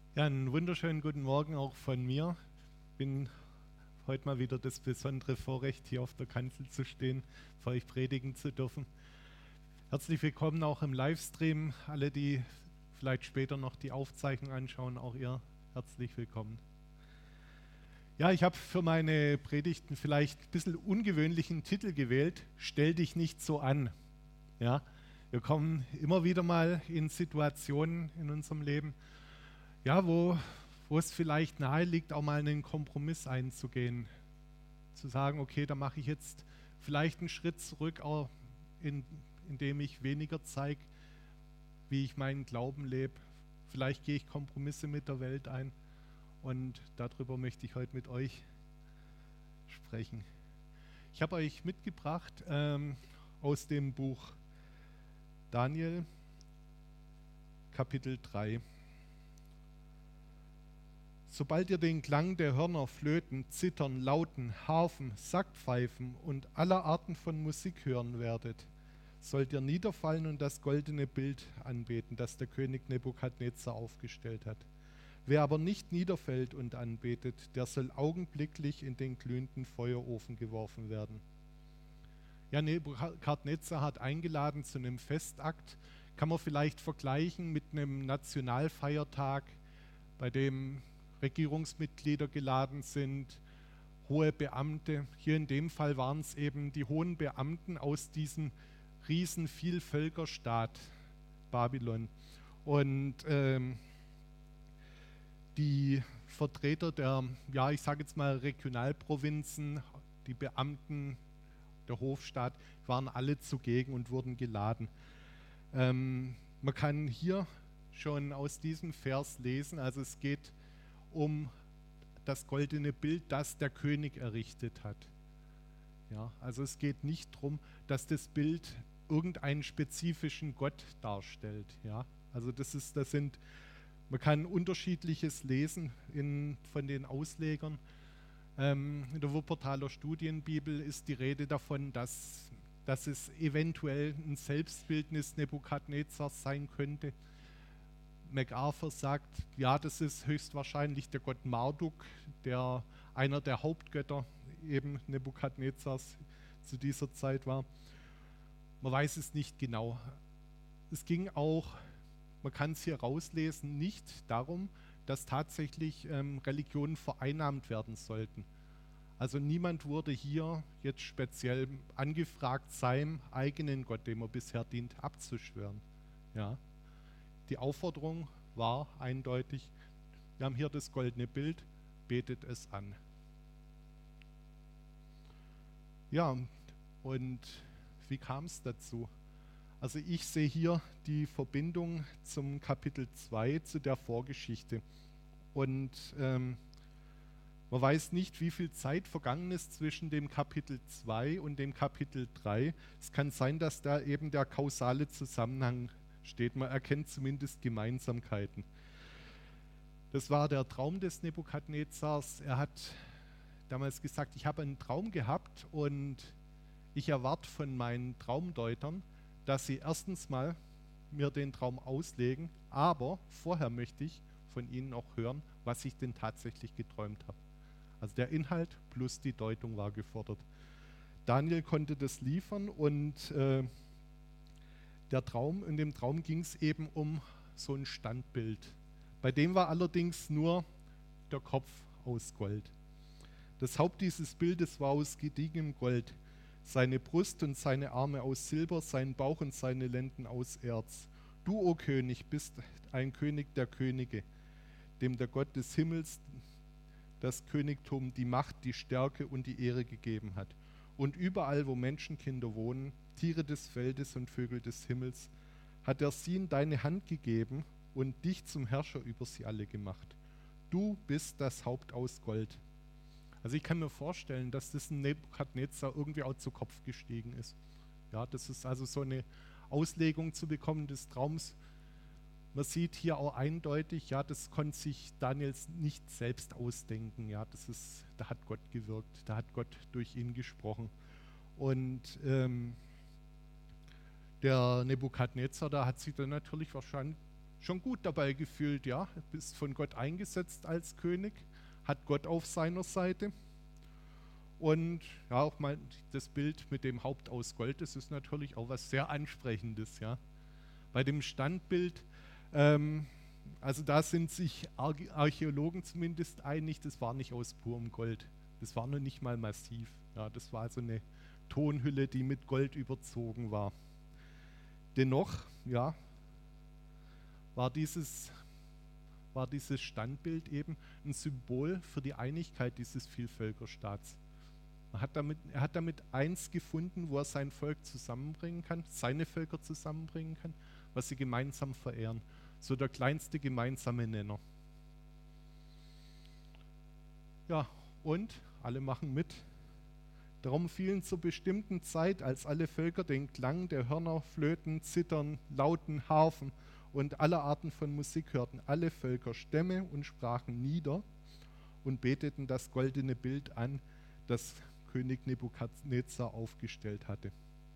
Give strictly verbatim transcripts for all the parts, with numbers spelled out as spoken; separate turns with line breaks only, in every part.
Ja, einen wunderschönen guten Morgen auch von mir. Bin heute mal wieder das besondere Vorrecht, hier auf der Kanzel zu stehen, für euch predigen zu dürfen. Herzlich willkommen auch im Livestream. Alle, die vielleicht später noch die Aufzeichnung anschauen, auch ihr herzlich willkommen. Ja, ich habe für meine Predigten vielleicht ein bisschen ungewöhnlichen Titel gewählt: Stell dich nicht so an. Ja, wir kommen immer wieder mal in Situationen in unserem Leben, ja, wo, wo es vielleicht nahe liegt, auch mal einen Kompromiss einzugehen. Zu sagen, okay, da mache ich jetzt vielleicht einen Schritt zurück, auch in, indem ich weniger zeige, wie ich meinen Glauben lebe. Vielleicht gehe ich Kompromisse mit der Welt ein, und darüber möchte ich heute mit euch sprechen. Ich habe euch mitgebracht ähm, aus dem Buch Daniel, Kapitel drei. Sobald ihr den Klang der Hörner, Flöten, Zittern, Lauten, Harfen, Sackpfeifen und aller Arten von Musik hören werdet, sollt ihr niederfallen und das goldene Bild anbeten, das der König Nebukadnezar aufgestellt hat. Wer aber nicht niederfällt und anbetet, der soll augenblicklich in den glühenden Feuerofen geworfen werden. Ja, Nebukadnezar hat eingeladen zu einem Festakt. Kann man vielleicht vergleichen mit einem Nationalfeiertag, bei dem Regierungsmitglieder geladen sind, hohe Beamte. Hier in dem Fall waren es eben die hohen Beamten aus diesem riesen Vielvölkerstaat Babylon. Und ähm, die Vertreter der, ja, ich sage jetzt mal Regionalprovinzen, die Beamten, der Hofstaat, waren alle zugegen und wurden geladen. Ähm, man kann hier schon aus diesem Vers lesen, also es geht um das goldene Bild, das der König errichtet hat. Ja, also es geht nicht darum, dass das Bild irgendeinen spezifischen Gott darstellt. Ja, also das ist, das sind, man kann unterschiedliches lesen in, von den Auslegern. Ähm, in der Wuppertaler Studienbibel ist die Rede davon, dass, dass es eventuell ein Selbstbildnis Nebukadnezars sein könnte. MacArthur sagt, ja, das ist höchstwahrscheinlich der Gott Marduk, der einer der Hauptgötter eben Nebukadnezars zu dieser Zeit war. Man weiß es nicht genau. Es ging auch, man kann es hier rauslesen, nicht darum, dass tatsächlich ähm, Religionen vereinnahmt werden sollten. Also niemand wurde hier jetzt speziell angefragt, seinem eigenen Gott, dem er bisher dient, abzuschwören. Ja. Die Aufforderung war eindeutig: Wir haben hier das goldene Bild, betet es an. Ja, und wie kam es dazu? Also ich sehe hier die Verbindung zum Kapitel zwei, zu der Vorgeschichte. Und ähm, man weiß nicht, wie viel Zeit vergangen ist zwischen dem Kapitel zwei und dem Kapitel drei. Es kann sein, dass da eben der kausale Zusammenhang steht. Man erkennt zumindest Gemeinsamkeiten. Das war der Traum des Nebukadnezars. Er hat damals gesagt, ich habe einen Traum gehabt und ich erwarte von meinen Traumdeutern, dass sie erstens mal mir den Traum auslegen, aber vorher möchte ich von ihnen auch hören, was ich denn tatsächlich geträumt habe. Also der Inhalt plus die Deutung war gefordert. Daniel konnte das liefern, und äh, der Traum, in dem Traum ging es eben um so ein Standbild. Bei dem war allerdings nur der Kopf aus Gold. Das Haupt dieses Bildes war aus gediegenem Gold, seine Brust und seine Arme aus Silber, sein Bauch und seine Lenden aus Erz. Du, o König, bist ein König der Könige, dem der Gott des Himmels das Königtum, die Macht, die Stärke und die Ehre gegeben hat. Und überall, wo Menschenkinder wohnen, Tiere des Feldes und Vögel des Himmels, hat er sie in deine Hand gegeben und dich zum Herrscher über sie alle gemacht. Du bist das Haupt aus Gold. Also ich kann mir vorstellen, dass das ein Nebukadnezar irgendwie auch zu Kopf gestiegen ist. Ja, das ist also so eine Auslegung zu bekommen des Traums. Man sieht hier auch eindeutig, ja, das konnte sich Daniels nicht selbst ausdenken. Ja, das ist, da hat Gott gewirkt, da hat Gott durch ihn gesprochen. Und ähm, der Nebukadnezar, da hat sich dann natürlich wahrscheinlich schon gut dabei gefühlt, ja, bist von Gott eingesetzt als König, hat Gott auf seiner Seite. Und ja, auch mal das Bild mit dem Haupt aus Gold, das ist natürlich auch was sehr Ansprechendes, ja. Bei dem Standbild, ähm, also da sind sich Archäologen zumindest einig, das war nicht aus purem Gold. Das war noch nicht mal massiv. Ja, das war also eine Tonhülle, die mit Gold überzogen war. Dennoch, ja, war dieses, war dieses Standbild eben ein Symbol für die Einigkeit dieses Vielvölkerstaats. Er hat damit, er hat damit eins gefunden, wo er sein Volk zusammenbringen kann, seine Völker zusammenbringen kann, was sie gemeinsam verehren. So der kleinste gemeinsame Nenner. Ja, und alle machen mit. Darum fielen zur bestimmten Zeit, als alle Völker den Klang der Hörner, Flöten, Zittern, Lauten, Harfen und aller Arten von Musik hörten, alle Völker Stämme und sprachen nieder und beteten das goldene Bild an, das König Nebukadnezar aufgestellt hatte.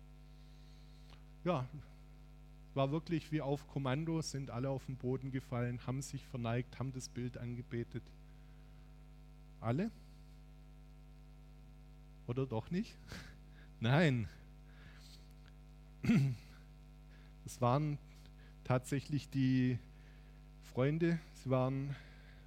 Ja, war wirklich wie auf Kommando, sind alle auf den Boden gefallen, haben sich verneigt, haben das Bild angebetet. Alle? Oder doch nicht? Nein. Es waren tatsächlich die Freunde, sie waren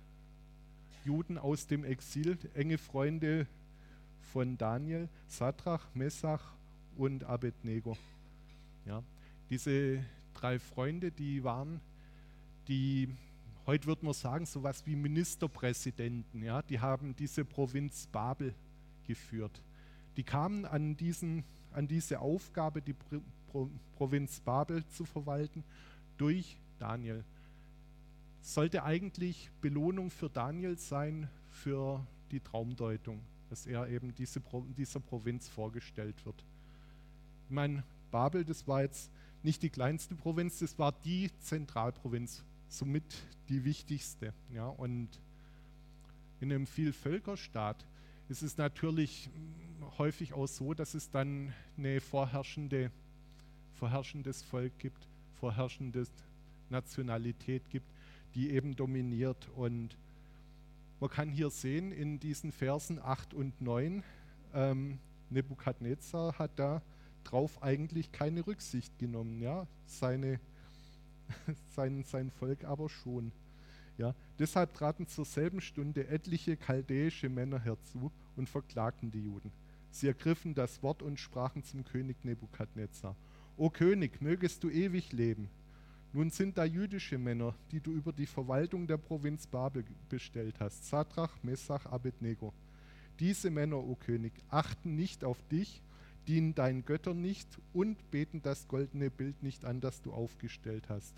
Juden aus dem Exil, enge Freunde von Daniel, Sadrach, Mesach und Abednego. Ja, diese drei Freunde, die waren die, heute würde man sagen, sowas wie Ministerpräsidenten, ja, die haben diese Provinz Babel geführt. Die kamen an, diesen, an diese Aufgabe, die Pro, Pro, Provinz Babel zu verwalten, durch Daniel. Sollte eigentlich Belohnung für Daniel sein, für die Traumdeutung, dass er eben diese Pro, dieser Provinz vorgestellt wird. Ich meine, Babel, das war jetzt nicht die kleinste Provinz, das war die Zentralprovinz, somit die wichtigste. Ja, und in einem Vielvölkerstaat ist es natürlich häufig auch so, dass es dann eine vorherrschende, vorherrschendes Volk gibt, vorherrschende Nationalität gibt, die eben dominiert. Und man kann hier sehen in diesen Versen acht und neun, ähm, Nebukadnezar hat da drauf eigentlich keine Rücksicht genommen, ja, seine, sein, sein Volk aber schon. Ja. Deshalb traten zur selben Stunde etliche chaldäische Männer herzu und verklagten die Juden. Sie ergriffen das Wort und sprachen zum König Nebukadnezar: O König, mögest du ewig leben. Nun sind da jüdische Männer, die du über die Verwaltung der Provinz Babel bestellt hast, Sadrach, Mesach, Abednego. Diese Männer, o König, achten nicht auf dich, dienen deinen Göttern nicht und beten das goldene Bild nicht an, das du aufgestellt hast.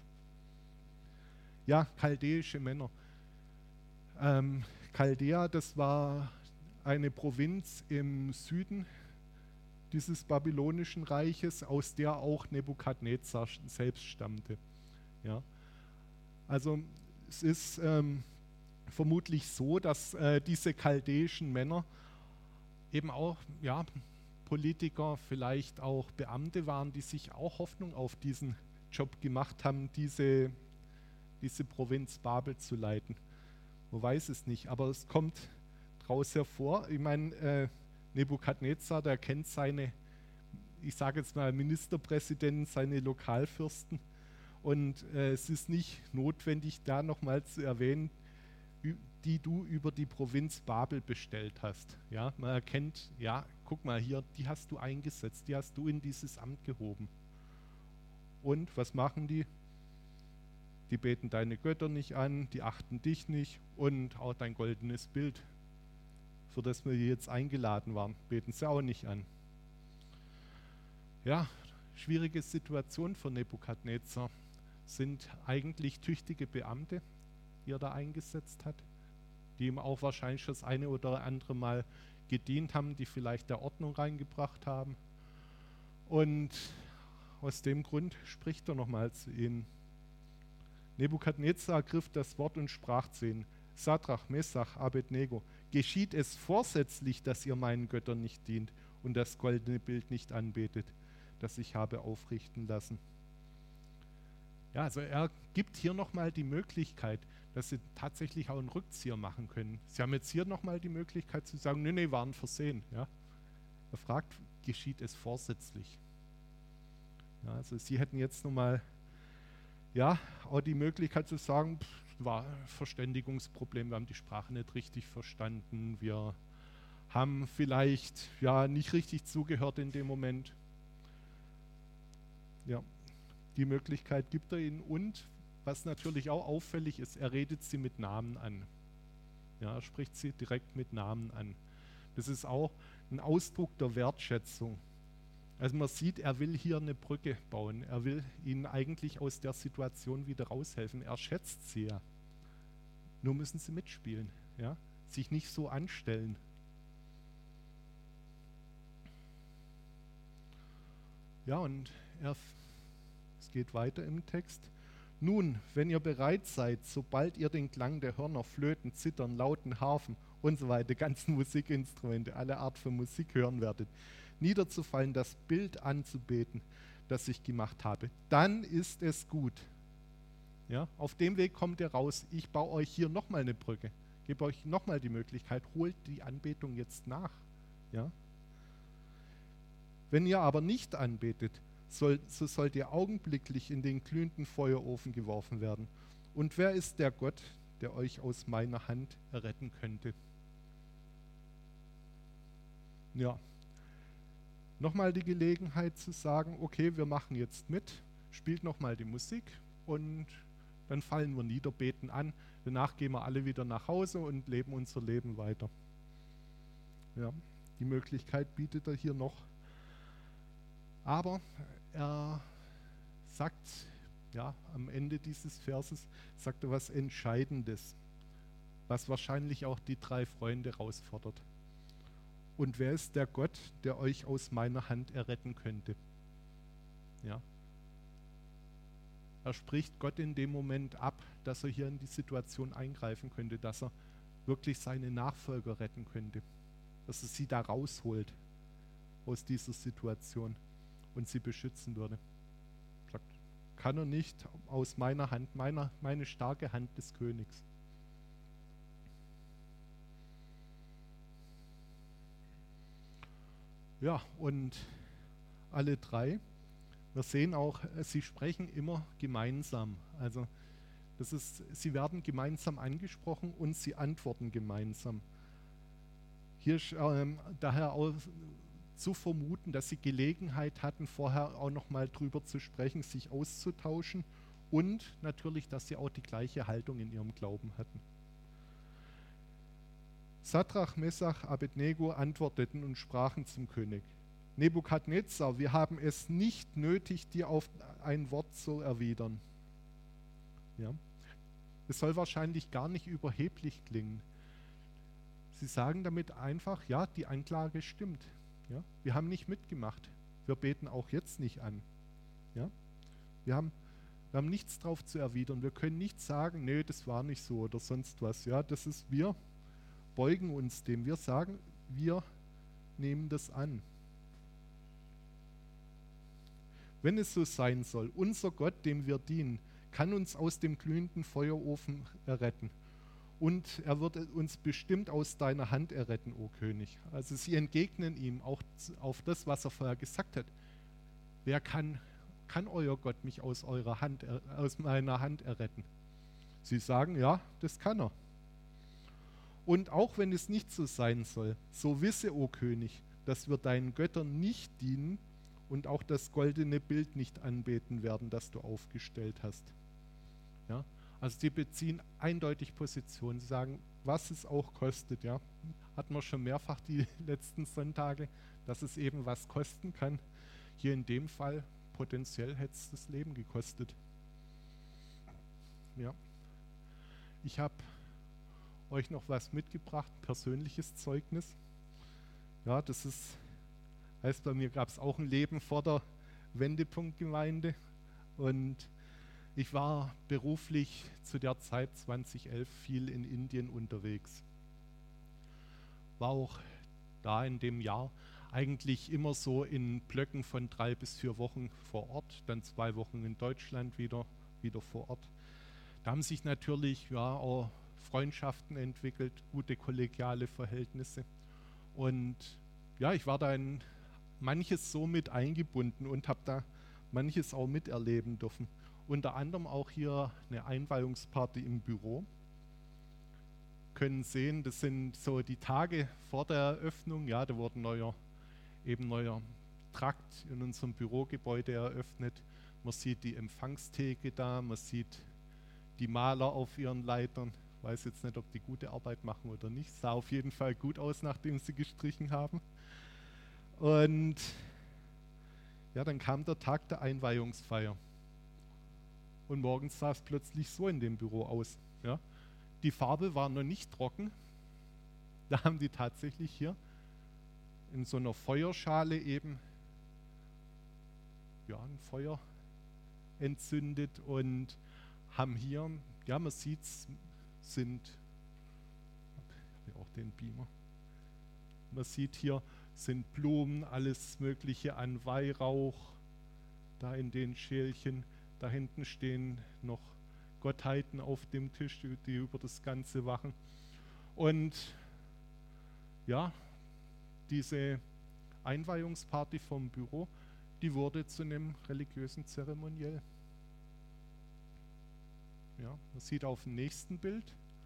Ja, chaldäische Männer. Ähm, Chaldea, das war eine Provinz im Süden dieses babylonischen Reiches, aus der auch Nebukadnezar selbst stammte. Ja. Also es ist ähm, vermutlich so, dass äh, diese chaldäischen Männer eben auch, ja, Politiker, vielleicht auch Beamte waren, die sich auch Hoffnung auf diesen Job gemacht haben, diese, diese Provinz Babel zu leiten. Man weiß es nicht, aber es kommt daraus hervor. Ich meine, äh, Nebukadnezar, der kennt seine, ich sage jetzt mal Ministerpräsidenten, seine Lokalfürsten, und äh, es ist nicht notwendig, da nochmal zu erwähnen, die du über die Provinz Babel bestellt hast. Ja, man erkennt, ja, guck mal hier, die hast du eingesetzt, die hast du in dieses Amt gehoben. Und was machen die? Die beten deine Götter nicht an, die achten dich nicht und auch dein goldenes Bild, für das wir jetzt eingeladen waren, beten sie auch nicht an. Ja, schwierige Situation für Nebukadnezar. Sind eigentlich tüchtige Beamte, die er da eingesetzt hat, die ihm auch wahrscheinlich das eine oder andere Mal gedient haben, die vielleicht der Ordnung reingebracht haben. Und aus dem Grund spricht er nochmal zu ihnen. Nebukadnezar ergriff das Wort und sprach zu ihnen: Sadrach, Mesach, Abednego, geschieht es vorsätzlich, dass ihr meinen Göttern nicht dient und das goldene Bild nicht anbetet, das ich habe aufrichten lassen? Ja, also er gibt hier nochmal die Möglichkeit, dass sie tatsächlich auch einen Rückzieher machen können. Sie haben jetzt hier nochmal die Möglichkeit zu sagen, nee, nee, war ein Versehen. Ja. Er fragt, geschieht es vorsätzlich? Ja, also sie hätten jetzt nochmal ja, auch die Möglichkeit zu sagen, pff, war ein Verständigungsproblem, wir haben die Sprache nicht richtig verstanden, wir haben vielleicht ja nicht richtig zugehört in dem Moment. Ja, die Möglichkeit gibt er ihnen und was natürlich auch auffällig ist, er redet sie mit Namen an. Ja, er spricht sie direkt mit Namen an. Das ist auch ein Ausdruck der Wertschätzung. Also man sieht, er will hier eine Brücke bauen. Er will ihnen eigentlich aus der Situation wieder raushelfen. Er schätzt sie ja. Nur müssen sie mitspielen. Ja? Sich nicht so anstellen. Ja, und er, es geht weiter im Text. Nun, wenn ihr bereit seid, sobald ihr den Klang der Hörner, Flöten, Zittern, Lauten, Harfen und so weiter, ganzen Musikinstrumente, alle Art von Musik hören werdet, niederzufallen, das Bild anzubeten, das ich gemacht habe, dann ist es gut. Ja, auf dem Weg kommt ihr raus. Ich baue euch hier nochmal eine Brücke, gebe euch nochmal die Möglichkeit, holt die Anbetung jetzt nach. Ja? Wenn ihr aber nicht anbetet, soll, so sollt ihr augenblicklich in den glühenden Feuerofen geworfen werden. Und wer ist der Gott, der euch aus meiner Hand erretten könnte? Ja. Nochmal die Gelegenheit zu sagen, okay, wir machen jetzt mit, spielt nochmal die Musik und dann fallen wir nieder, beten an. Danach gehen wir alle wieder nach Hause und leben unser Leben weiter. Ja, die Möglichkeit bietet er hier noch. Aber er sagt, ja, am Ende dieses Verses sagt er was Entscheidendes, was wahrscheinlich auch die drei Freunde herausfordert. Und wer ist der Gott, der euch aus meiner Hand erretten könnte? Ja. Er spricht Gott in dem Moment ab, dass er hier in die Situation eingreifen könnte, dass er wirklich seine Nachfolger retten könnte, dass er sie da rausholt aus dieser Situation und sie beschützen würde. Er sagt, kann er nicht aus meiner Hand, meiner, meine starke Hand des Königs. Ja, und alle drei, wir sehen auch, sie sprechen immer gemeinsam. Also das ist, sie werden gemeinsam angesprochen und sie antworten gemeinsam. Hier ist ähm, daher auch zu vermuten, dass sie Gelegenheit hatten, vorher auch nochmal drüber zu sprechen, sich auszutauschen und natürlich, dass sie auch die gleiche Haltung in ihrem Glauben hatten. Sadrach, Mesach, Abednego antworteten und sprachen zum König: Nebukadnezar, wir haben es nicht nötig, dir auf ein Wort zu erwidern. Ja. Es soll wahrscheinlich gar nicht überheblich klingen. Sie sagen damit einfach, ja, die Anklage stimmt. Ja. Wir haben nicht mitgemacht. Wir beten auch jetzt nicht an. Ja. Wir haben, wir haben nichts drauf zu erwidern. Wir können nicht sagen, nee, das war nicht so oder sonst was. Ja, das ist wir. Beugen uns dem. Wir sagen, wir nehmen das an. Wenn es so sein soll, unser Gott, dem wir dienen, kann uns aus dem glühenden Feuerofen erretten. Und er wird uns bestimmt aus deiner Hand erretten, o König. Also sie entgegnen ihm auch auf das, was er vorher gesagt hat. Wer kann, kann euer Gott mich aus eurer Hand, aus meiner Hand erretten? Sie sagen, ja, das kann er. Und auch wenn es nicht so sein soll, so wisse, o König, dass wir deinen Göttern nicht dienen und auch das goldene Bild nicht anbeten werden, das du aufgestellt hast. Ja? Also sie beziehen eindeutig Position. Sie sagen, was es auch kostet. Ja? Hatten wir schon mehrfach die letzten Sonntage, dass es eben was kosten kann. Hier in dem Fall potenziell hätte es das Leben gekostet. Ja. Ich habe euch noch was mitgebracht, persönliches Zeugnis. Ja, das ist, heißt, bei mir gab es auch ein Leben vor der Wendepunktgemeinde und ich war beruflich zu der Zeit zweitausendelf viel in Indien unterwegs. War auch da in dem Jahr eigentlich immer so in Blöcken von drei bis vier Wochen vor Ort, dann zwei Wochen in Deutschland wieder, wieder vor Ort. Da haben sich natürlich ja auch Freundschaften entwickelt, gute kollegiale Verhältnisse. Und ja, ich war da in manches so mit eingebunden und habe da manches auch miterleben dürfen. Unter anderem auch hier eine Einweihungsparty im Büro. Können sehen, das sind so die Tage vor der Eröffnung. Ja, da wurde neuer, eben neuer Trakt in unserem Bürogebäude eröffnet. Man sieht die Empfangstheke da, man sieht die Maler auf ihren Leitern. Ich weiß jetzt nicht, ob die gute Arbeit machen oder nicht. Sah auf jeden Fall gut aus, nachdem sie gestrichen haben. Und ja, dann kam der Tag der Einweihungsfeier. Und morgens sah es plötzlich so in dem Büro aus. Ja. Die Farbe war noch nicht trocken. Da haben die tatsächlich hier in so einer Feuerschale eben ja, ein Feuer entzündet und haben hier, ja, man sieht es, sind, ich habe auch den Beamer, man sieht hier, sind Blumen, alles Mögliche an Weihrauch, da in den Schälchen, da hinten stehen noch Gottheiten auf dem Tisch, die über das Ganze wachen. Und ja, diese Einweihungsparty vom Büro, die wurde zu einem religiösen Zeremoniell. Ja, man sieht auf dem nächsten Bild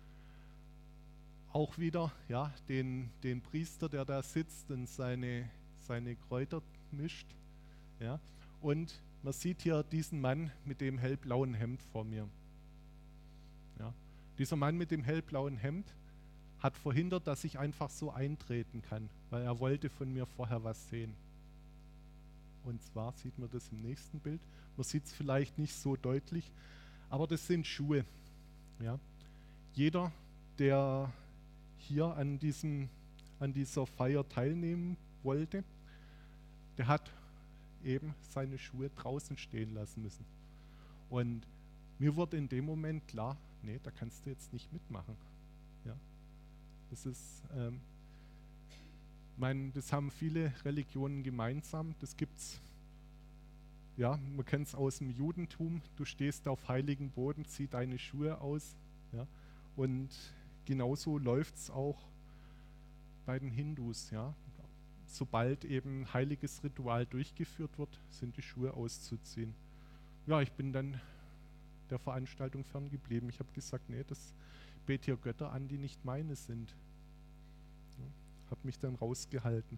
auch wieder ja, den, den Priester, der da sitzt und seine, seine Kräuter mischt. Ja, und man sieht hier diesen Mann mit dem hellblauen Hemd vor mir. Ja, dieser Mann mit dem hellblauen Hemd hat verhindert, dass ich einfach so eintreten kann, weil er wollte von mir vorher was sehen. Und zwar sieht man das im nächsten Bild. Man sieht es vielleicht nicht so deutlich, aber das sind Schuhe. Ja. Jeder, der hier an, diesem, an dieser Feier teilnehmen wollte, der hat eben seine Schuhe draußen stehen lassen müssen. Und mir wurde in dem Moment klar, nee, da kannst du jetzt nicht mitmachen. Ja. Das ist, ähm, mein, das haben viele Religionen gemeinsam. Das gibt's, ja, man kennt es aus dem Judentum. Du stehst auf heiligen Boden, zieh deine Schuhe aus. Ja, und genauso läuft es auch bei den Hindus. Ja. Sobald eben heiliges Ritual durchgeführt wird, sind die Schuhe auszuziehen. Ja, ich bin dann der Veranstaltung ferngeblieben. Ich habe gesagt, nee, das bete hier Götter an, die nicht meine sind. Ja, habe mich dann rausgehalten.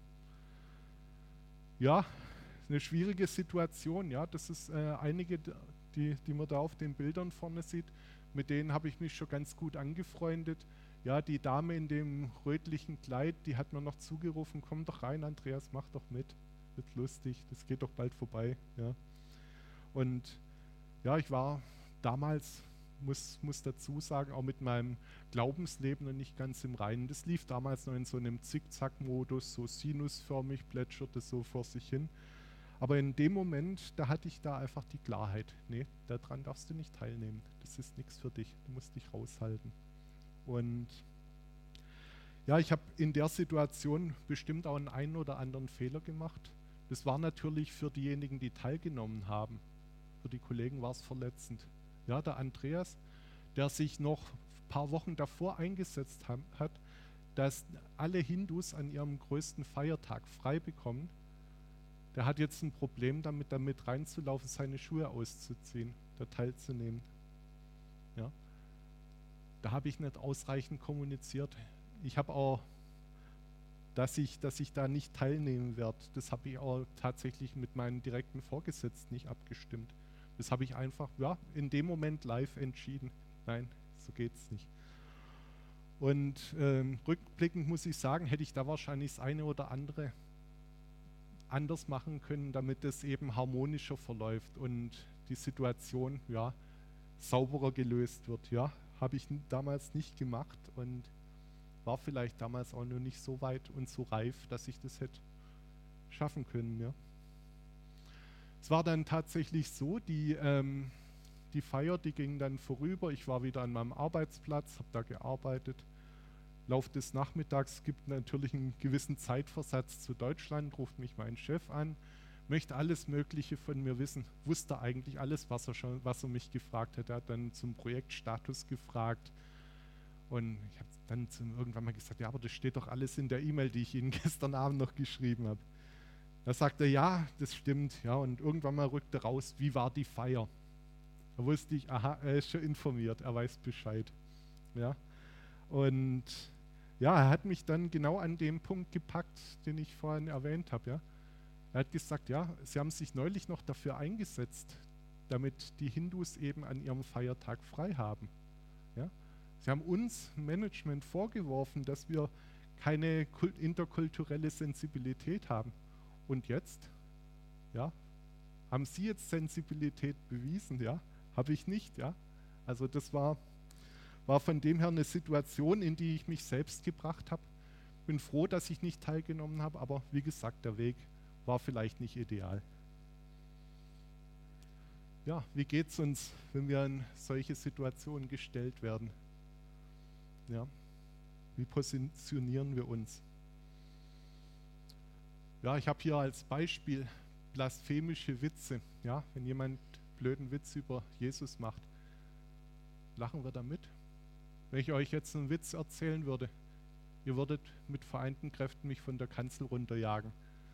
Ja, eine schwierige Situation. Ja, das ist äh, einige, die, die man da auf den Bildern vorne sieht. Mit denen habe ich mich schon ganz gut angefreundet. Ja, die Dame in dem rötlichen Kleid, die hat mir noch zugerufen, komm doch rein, Andreas, mach doch mit. Wird lustig, das geht doch bald vorbei. Ja. Und ja, ich war damals, muss, muss dazu sagen, auch mit meinem Glaubensleben noch nicht ganz im Reinen. Das lief damals noch in so einem Zickzack-Modus, so sinusförmig plätscherte so vor sich hin. Aber in dem Moment, da hatte ich da einfach die Klarheit, nee, daran darfst du nicht teilnehmen. Das ist nichts für dich, du musst dich raushalten. Und ja, ich habe in der Situation bestimmt auch einen einen oder anderen Fehler gemacht. Das war natürlich für diejenigen, die teilgenommen haben. Für die Kollegen war es verletzend. Ja, der Andreas, der sich noch ein paar Wochen davor eingesetzt haben, hat, dass alle Hindus an ihrem größten Feiertag frei bekommen, der hat jetzt ein Problem damit, damit reinzulaufen, seine Schuhe auszuziehen, da teilzunehmen. Ja. Da habe ich nicht ausreichend kommuniziert. Ich habe auch, dass ich, dass ich da nicht teilnehmen werde, das habe ich auch tatsächlich mit meinen direkten Vorgesetzten nicht abgestimmt. Das habe ich einfach, ja, in dem Moment live entschieden. Nein, so geht es nicht. Und ähm, rückblickend muss ich sagen, hätte ich da wahrscheinlich das eine oder andere anders machen können, damit es eben harmonischer verläuft und die Situation, ja, sauberer gelöst wird. Ja, habe ich damals nicht gemacht und war vielleicht damals auch noch nicht so weit und so reif, dass ich das hätte schaffen können. Ja. Es war dann tatsächlich so, die, ähm, die Feier, die ging dann vorüber. Ich war wieder an meinem Arbeitsplatz, habe da gearbeitet. Lauf des Nachmittags gibt natürlich einen gewissen Zeitversatz zu Deutschland, ruft mich mein Chef an, möchte alles Mögliche von mir wissen. Wusste eigentlich alles, was er schon, was er mich gefragt hat. Er hat dann zum Projektstatus gefragt. Und ich habe dann zum, irgendwann mal gesagt, ja, aber das steht doch alles in der E-Mail, die ich Ihnen gestern Abend noch geschrieben habe. Da sagt er, ja, das stimmt. Ja, und irgendwann mal rückte raus, wie war die Feier? Da wusste ich, aha, er ist schon informiert, er weiß Bescheid. Ja, und ja, er hat mich dann genau an dem Punkt gepackt, den ich vorhin erwähnt habe. Ja. Er hat gesagt, ja, Sie haben sich neulich noch dafür eingesetzt, damit die Hindus eben an ihrem Feiertag frei haben. Ja. Sie haben uns Management vorgeworfen, dass wir keine interkulturelle Sensibilität haben. Und jetzt, ja, haben Sie jetzt Sensibilität bewiesen? Ja, habe ich nicht. Ja, also das war, war von dem her eine Situation, in die ich mich selbst gebracht habe. Bin froh, dass ich nicht teilgenommen habe, aber wie gesagt, der Weg war vielleicht nicht ideal. Ja, wie geht es uns, wenn wir in solche Situationen gestellt werden? Ja, wie positionieren wir uns? Ja, ich habe hier als Beispiel blasphemische Witze. Ja, wenn jemand blöden Witz über Jesus macht, lachen wir damit? Wenn ich euch jetzt einen Witz erzählen würde, ihr würdet mit vereinten Kräften mich von der Kanzel runterjagen.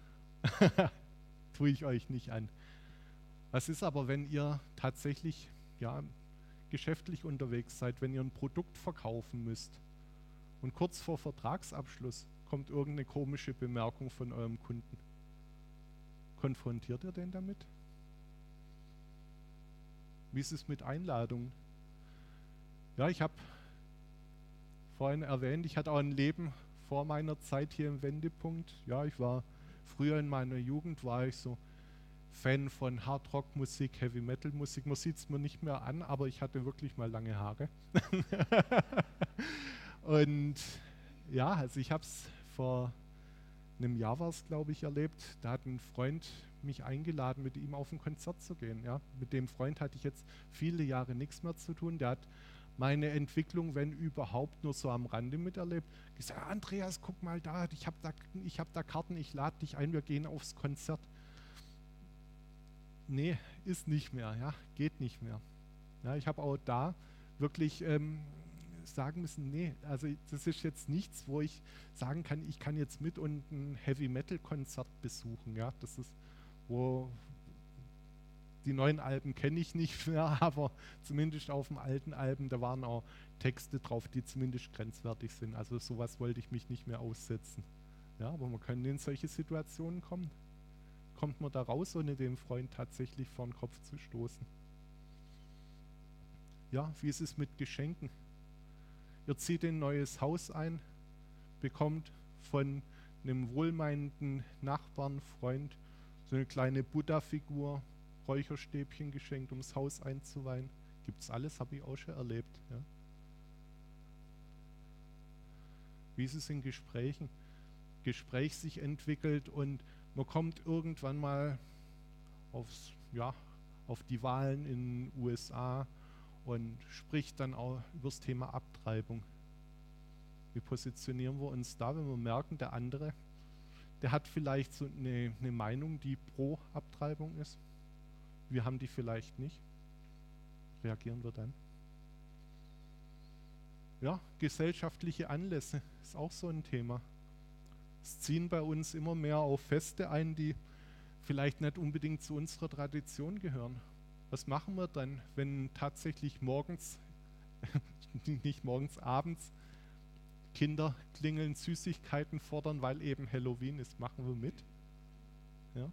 Tue ich euch nicht an. Was ist aber, wenn ihr tatsächlich ja, geschäftlich unterwegs seid, wenn ihr ein Produkt verkaufen müsst und kurz vor Vertragsabschluss kommt irgendeine komische Bemerkung von eurem Kunden? Konfrontiert ihr den damit? Wie ist es mit Einladungen? Ja, ich habe vorhin erwähnt, ich hatte auch ein Leben vor meiner Zeit hier im Wendepunkt. Ja, ich war früher in meiner Jugend, war ich so Fan von Hard-Rock-Musik, Heavy-Metal-Musik. Man sieht es mir nicht mehr an, aber ich hatte wirklich mal lange Haare. Und ja, also ich habe es vor einem Jahr war es, glaube ich, erlebt. Da hat ein Freund mich eingeladen, mit ihm auf ein Konzert zu gehen. Ja. Mit dem Freund hatte ich jetzt viele Jahre nichts mehr zu tun. Der hat meine Entwicklung, wenn überhaupt, nur so am Rande miterlebt. Gesagt, Andreas, guck mal da, ich habe da, ich hab da Karten, ich lade dich ein, wir gehen aufs Konzert. Nee, ist nicht mehr, ja, geht nicht mehr. Ja, ich habe auch da wirklich ähm, sagen müssen, nee, also das ist jetzt nichts, wo ich sagen kann, ich kann jetzt mit und ein Heavy-Metal-Konzert besuchen. Ja, das ist, wo die neuen Alben kenne ich nicht mehr, aber zumindest auf dem alten Alben, da waren auch Texte drauf, die zumindest grenzwertig sind. Also sowas wollte ich mich nicht mehr aussetzen. Ja, aber man kann in solche Situationen kommen. Kommt man da raus, ohne dem Freund tatsächlich vor den Kopf zu stoßen? Ja, wie ist es mit Geschenken? Ihr zieht in ein neues Haus ein, bekommt von einem wohlmeinenden Nachbarn, Freund, so eine kleine Buddha-Figur, Räucherstäbchen geschenkt, um das Haus einzuweihen. Gibt's alles, habe ich auch schon erlebt. Ja. Wie ist es in Gesprächen? Gespräch sich entwickelt und man kommt irgendwann mal aufs, ja, auf die Wahlen in den U S A und spricht dann auch über das Thema Abtreibung. Wie positionieren wir uns da, wenn wir merken, der andere, der hat vielleicht so eine, eine Meinung, die pro Abtreibung ist. Wir haben die vielleicht nicht. Reagieren wir dann? Ja, gesellschaftliche Anlässe ist auch so ein Thema. Es ziehen bei uns immer mehr auf Feste ein, die vielleicht nicht unbedingt zu unserer Tradition gehören. Was machen wir dann, wenn tatsächlich morgens, nicht morgens, abends, Kinder klingeln, Süßigkeiten fordern, weil eben Halloween ist? Machen wir mit? Ja.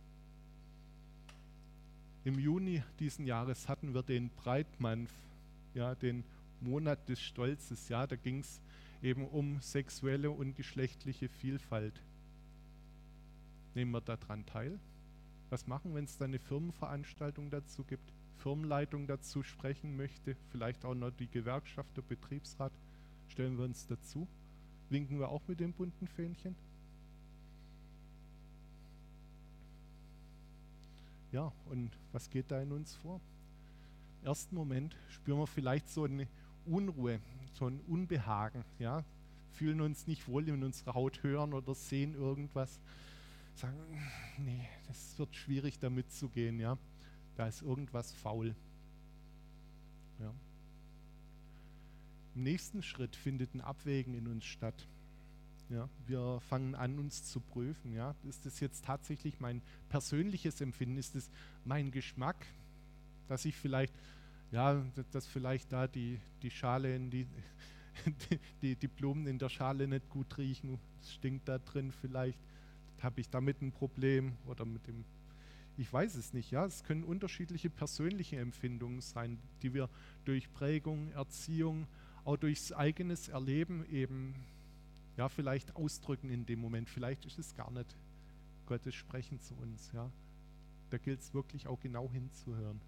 Im Juni diesen Jahres hatten wir den Pride Month, ja, den Monat des Stolzes. Ja, da ging es eben um sexuelle und geschlechtliche Vielfalt. Nehmen wir daran teil? Was machen, wenn es da eine Firmenveranstaltung dazu gibt, Firmenleitung dazu sprechen möchte, vielleicht auch noch die Gewerkschaft, der Betriebsrat, stellen wir uns dazu? Winken wir auch mit dem bunten Fähnchen? Ja, und was geht da in uns vor? Im ersten Moment spüren wir vielleicht so eine Unruhe, so ein Unbehagen, ja, fühlen uns nicht wohl in unserer Haut, hören oder sehen irgendwas, sagen, nee, das wird schwierig damit zu gehen, ja. Da ist irgendwas faul. Ja. Im nächsten Schritt findet ein Abwägen in uns statt. Ja, wir fangen an, uns zu prüfen. Ja. Ist das jetzt tatsächlich mein persönliches Empfinden? Ist das mein Geschmack, dass ich vielleicht, ja, dass vielleicht da die, die Schale, in die, die, die Blumen in der Schale nicht gut riechen, es stinkt da drin vielleicht, habe ich damit ein Problem oder mit dem, ich weiß es nicht. Ja, es können unterschiedliche persönliche Empfindungen sein, die wir durch Prägung, Erziehung, auch durchs eigenes Erleben eben ja, vielleicht ausdrücken in dem Moment. Vielleicht ist es gar nicht Gottes Sprechen zu uns. Ja. Da gilt es wirklich auch genau hinzuhören.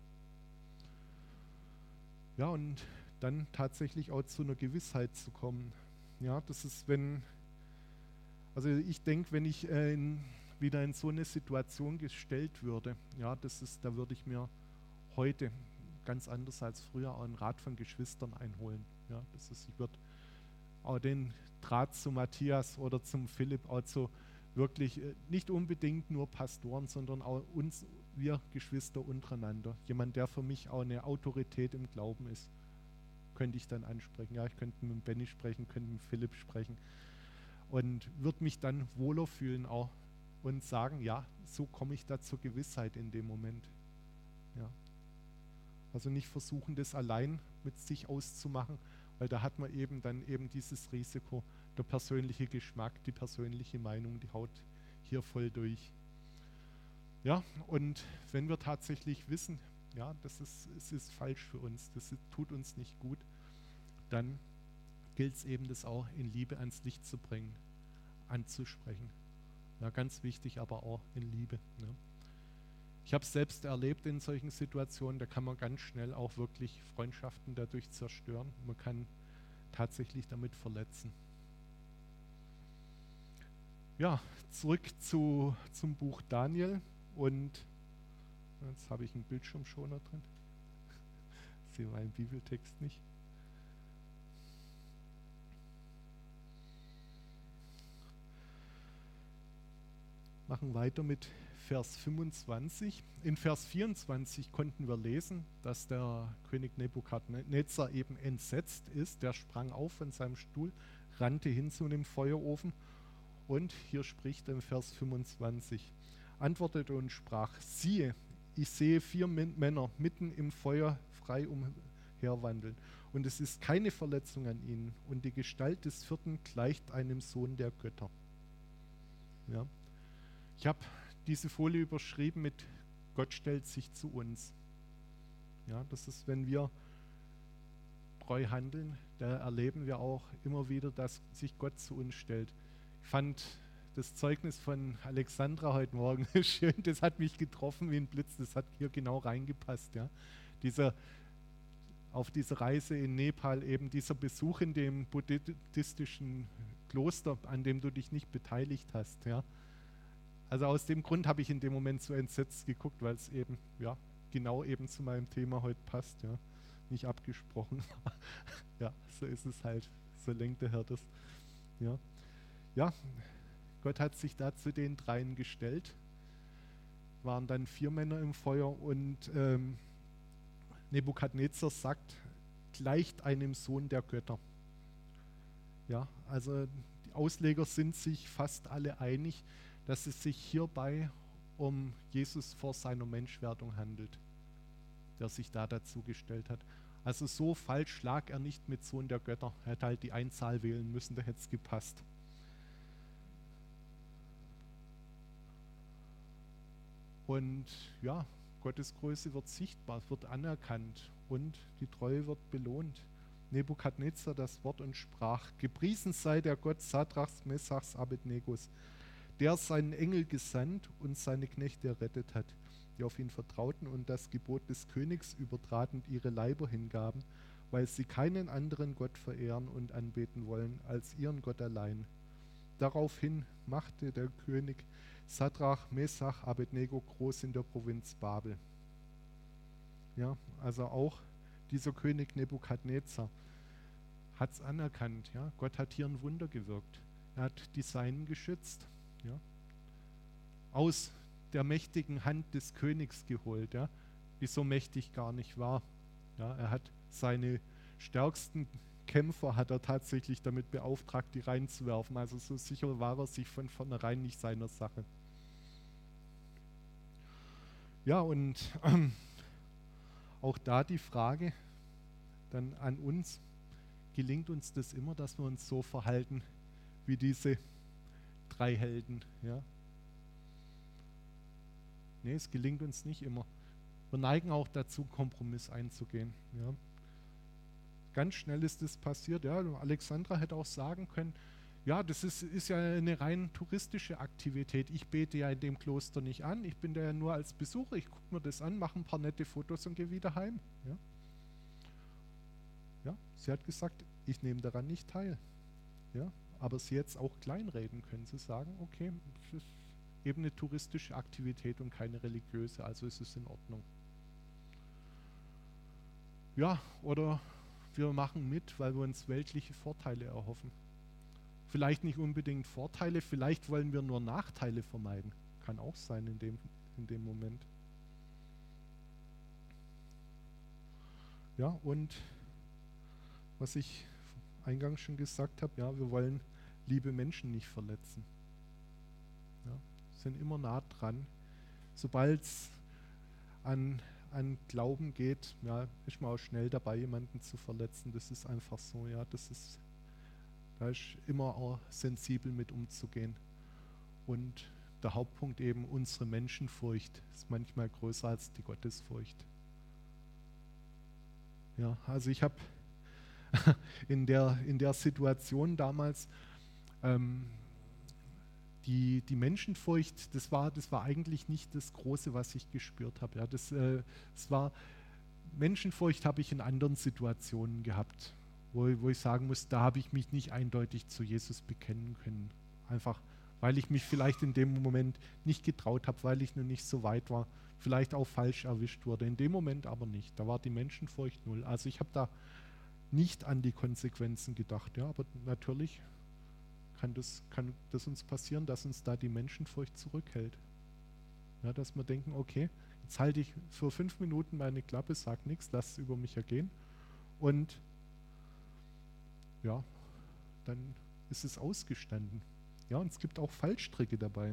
Ja, und dann tatsächlich auch zu einer Gewissheit zu kommen. Ja, das ist, wenn, also ich denke, wenn ich äh, in, wieder in so eine Situation gestellt würde, ja, das ist, da würde ich mir heute ganz anders als früher auch einen Rat von Geschwistern einholen. Ja, das ist, ich würde auch den Draht zu Matthias oder zum Philipp auch zu wirklich äh, nicht unbedingt nur Pastoren, sondern auch uns, wir Geschwister untereinander. Jemand, der für mich auch eine Autorität im Glauben ist, könnte ich dann ansprechen. Ja, ich könnte mit Benny sprechen, könnte mit Philipp sprechen und würde mich dann wohler fühlen auch und sagen, ja, so komme ich da zur Gewissheit in dem Moment. Ja. Also nicht versuchen, das allein mit sich auszumachen, weil da hat man eben dann eben dieses Risiko, der persönliche Geschmack, die persönliche Meinung, die haut hier voll durch. Ja, und wenn wir tatsächlich wissen, ja, das ist, es ist falsch für uns, das ist, tut uns nicht gut, dann gilt es eben, das auch in Liebe ans Licht zu bringen, anzusprechen. Ja, ganz wichtig, aber auch in Liebe. Ne? Ich habe es selbst erlebt in solchen Situationen, da kann man ganz schnell auch wirklich Freundschaften dadurch zerstören. Man kann tatsächlich damit verletzen. Ja, zurück zu, zum Buch Daniel und jetzt habe ich einen Bildschirmschoner drin. Ich sehe meinen Bibeltext nicht. Machen weiter mit Vers fünfundzwanzig. In Vers vierundzwanzig konnten wir lesen, dass der König Nebukadnezar eben entsetzt ist. Der sprang auf von seinem Stuhl, rannte hin zu dem Feuerofen und hier spricht er im Vers fünfundzwanzig, antwortete und sprach, siehe, ich sehe vier Männer mitten im Feuer frei umherwandeln und es ist keine Verletzung an ihnen und die Gestalt des vierten gleicht einem Sohn der Götter. Ja. Ich habe diese Folie überschrieben mit Gott stellt sich zu uns. Ja, das ist, wenn wir treu handeln, da erleben wir auch immer wieder, dass sich Gott zu uns stellt. Ich fand das Zeugnis von Alexandra heute Morgen schön, das hat mich getroffen wie ein Blitz, das hat hier genau reingepasst. Ja. Dieser, auf dieser Reise in Nepal eben dieser Besuch in dem buddhistischen Kloster, an dem du dich nicht beteiligt hast. Ja. Also aus dem Grund habe ich in dem Moment so entsetzt geguckt, weil es eben, ja, genau eben zu meinem Thema heute passt, ja, nicht abgesprochen. Ja, so ist es halt, so lenkt der Herr das. Ja, ja, Gott hat sich da zu den dreien gestellt, waren dann vier Männer im Feuer und ähm, Nebukadnezar sagt, gleicht einem Sohn der Götter. Ja, also die Ausleger sind sich fast alle einig, dass es sich hierbei um Jesus vor seiner Menschwerdung handelt, der sich da dazu gestellt hat. Also so falsch lag er nicht mit Sohn der Götter. Er hätte halt die Einzahl wählen müssen, da hätte es gepasst. Und ja, Gottes Größe wird sichtbar, wird anerkannt und die Treue wird belohnt. Nebukadnezar das Wort und sprach, gepriesen sei der Gott Sadrachs, Mesachs, Abednegos, der seinen Engel gesandt und seine Knechte errettet hat, die auf ihn vertrauten und das Gebot des Königs übertraten und ihre Leiber hingaben, weil sie keinen anderen Gott verehren und anbeten wollen als ihren Gott allein. Daraufhin machte der König Sadrach, Mesach, Abednego groß in der Provinz Babel. Ja, also auch dieser König Nebukadnezar hat es anerkannt. Ja? Gott hat hier ein Wunder gewirkt. Er hat die Seinen geschützt. Ja? aus der mächtigen Hand des Königs geholt, ja, die so mächtig gar nicht war. Ja, er hat seine stärksten Kämpfer hat er tatsächlich damit beauftragt, die reinzuwerfen. Also so sicher war er sich von vornherein nicht seiner Sache. Ja, und ähm, auch da die Frage dann an uns, gelingt uns das immer, dass wir uns so verhalten wie diese drei Helden? Ja? Nee, es gelingt uns nicht immer. Wir neigen auch dazu, Kompromiss einzugehen. Ja? Ganz schnell ist das passiert. Ja? Alexandra hätte auch sagen können, ja, das ist, ist ja eine rein touristische Aktivität. Ich bete ja in dem Kloster nicht an. Ich bin da ja nur als Besucher. Ich gucke mir das an, mache ein paar nette Fotos und gehe wieder heim. Ja? Ja, sie hat gesagt, ich nehme daran nicht teil. Ja? Aber sie jetzt auch kleinreden können. Sie sagen, okay, es ist eben eine touristische Aktivität und keine religiöse, also ist es in Ordnung. Ja, oder wir machen mit, weil wir uns weltliche Vorteile erhoffen. Vielleicht nicht unbedingt Vorteile, vielleicht wollen wir nur Nachteile vermeiden. Kann auch sein in dem, in dem Moment. Ja, und was ich eingangs schon gesagt habe, ja, wir wollen liebe Menschen nicht verletzen. Ja, sind immer nah dran. Sobald es an, an Glauben geht, ja, ist man auch schnell dabei, jemanden zu verletzen. Das ist einfach so, ja, das ist, da ist immer auch sensibel mit umzugehen. Und der Hauptpunkt eben, unsere Menschenfurcht ist manchmal größer als die Gottesfurcht. Ja, also ich habe in der, in der Situation damals ähm, die, die Menschenfurcht, das war, das war eigentlich nicht das Große, was ich gespürt habe. Ja, das, äh, das war, Menschenfurcht habe ich in anderen Situationen gehabt, wo, wo ich sagen muss, da habe ich mich nicht eindeutig zu Jesus bekennen können. Einfach, weil ich mich vielleicht in dem Moment nicht getraut habe, weil ich noch nicht so weit war, vielleicht auch falsch erwischt wurde. In dem Moment aber nicht. Da war die Menschenfurcht null. Also ich habe da nicht an die Konsequenzen gedacht. Ja, aber natürlich kann das, kann das uns passieren, dass uns da die Menschenfurcht zurückhält. Ja, dass wir denken, okay, jetzt halte ich für fünf Minuten meine Klappe, sag nichts, lass es über mich ergehen. Und ja, dann ist es ausgestanden. Ja, und es gibt auch Fallstricke dabei.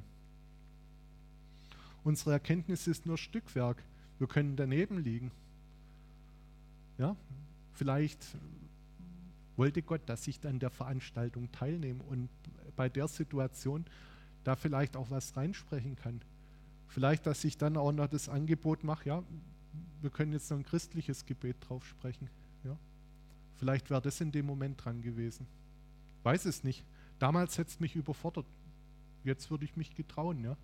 Unsere Erkenntnis ist nur Stückwerk. Wir können daneben liegen. Ja, vielleicht wollte Gott, dass ich an der Veranstaltung teilnehme und bei der Situation da vielleicht auch was reinsprechen kann. Vielleicht, dass ich dann auch noch das Angebot mache, ja, wir können jetzt noch ein christliches Gebet drauf sprechen. Ja. Vielleicht wäre das in dem Moment dran gewesen. Weiß es nicht. Damals hätte es mich überfordert. Jetzt würde ich mich getrauen, ja.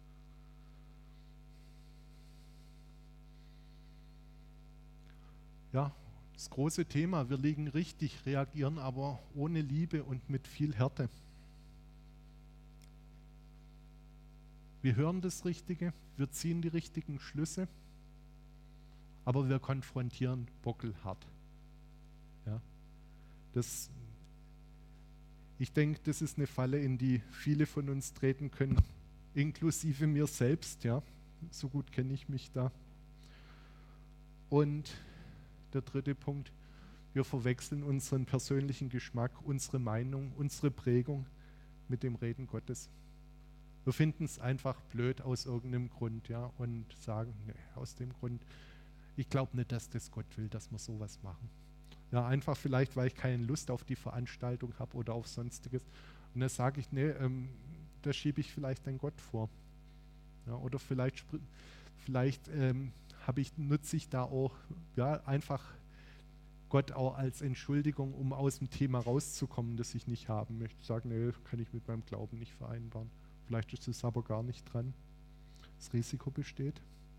Ja, das große Thema, wir liegen richtig, reagieren aber ohne Liebe und mit viel Härte. Wir hören das Richtige, wir ziehen die richtigen Schlüsse, aber wir konfrontieren bockelhart. Ja, das, ich denke, das ist eine Falle, in die viele von uns treten können, inklusive mir selbst. Ja, so gut kenne ich mich da. Und der dritte Punkt, wir verwechseln unseren persönlichen Geschmack, unsere Meinung, unsere Prägung mit dem Reden Gottes. Wir finden es einfach blöd aus irgendeinem Grund, ja, und sagen, nee, aus dem Grund, ich glaube nicht, dass das Gott will, dass wir sowas machen. Ja, einfach vielleicht, weil ich keine Lust auf die Veranstaltung habe oder auf Sonstiges. Und dann sage ich, nee, ähm, da schiebe ich vielleicht den Gott vor. Ja, oder vielleicht, vielleicht ähm, habe ich, nutze ich da auch ja, einfach Gott auch als Entschuldigung, um aus dem Thema rauszukommen, das ich nicht haben möchte. Sagen, nee, kann ich mit meinem Glauben nicht vereinbaren. Vielleicht ist es aber gar nicht dran. Das Risiko besteht.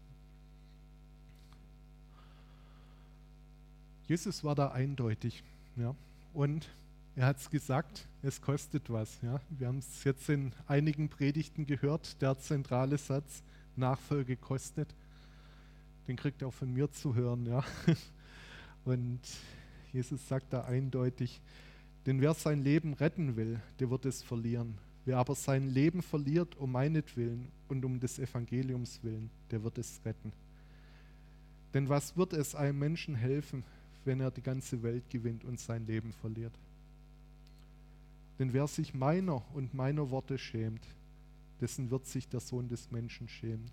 Jesus war da eindeutig. Ja, und er hat es gesagt, es kostet was. Ja. Wir haben es jetzt in einigen Predigten gehört, der zentrale Satz, Nachfolge kostet. Den kriegt er auch von mir zu hören. Ja. Und Jesus sagt da eindeutig, denn wer sein Leben retten will, der wird es verlieren. Wer aber sein Leben verliert um meinetwillen und um des Evangeliums willen, der wird es retten. Denn was wird es einem Menschen helfen, wenn er die ganze Welt gewinnt und sein Leben verliert? Denn wer sich meiner und meiner Worte schämt, dessen wird sich der Sohn des Menschen schämen.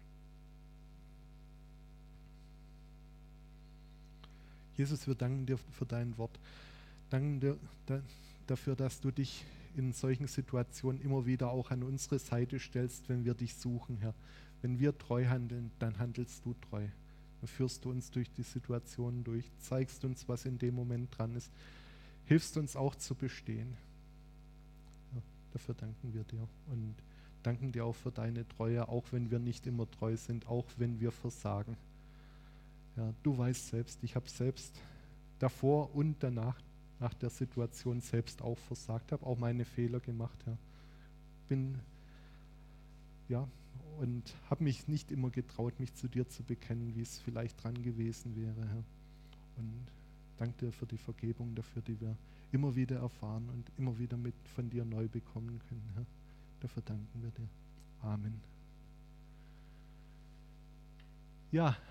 Jesus, wir danken dir für dein Wort. Danken dir da, dafür, dass du dich in solchen Situationen immer wieder auch an unsere Seite stellst, wenn wir dich suchen, Herr. Wenn wir treu handeln, dann handelst du treu. Dann führst du uns durch die Situationen durch, zeigst uns, was in dem Moment dran ist, hilfst uns auch zu bestehen. Ja, dafür danken wir dir und danken dir auch für deine Treue, auch wenn wir nicht immer treu sind, auch wenn wir versagen. Ja, du weißt selbst, ich habe selbst davor und danach, nach der Situation selbst auch versagt, habe auch meine Fehler gemacht. Ja. Bin, ja, und habe mich nicht immer getraut, mich zu dir zu bekennen, wie es vielleicht dran gewesen wäre. Ja. Und danke dir für die Vergebung dafür, die wir immer wieder erfahren und immer wieder mit von dir neu bekommen können. Ja. Dafür danken wir dir. Amen. Ja,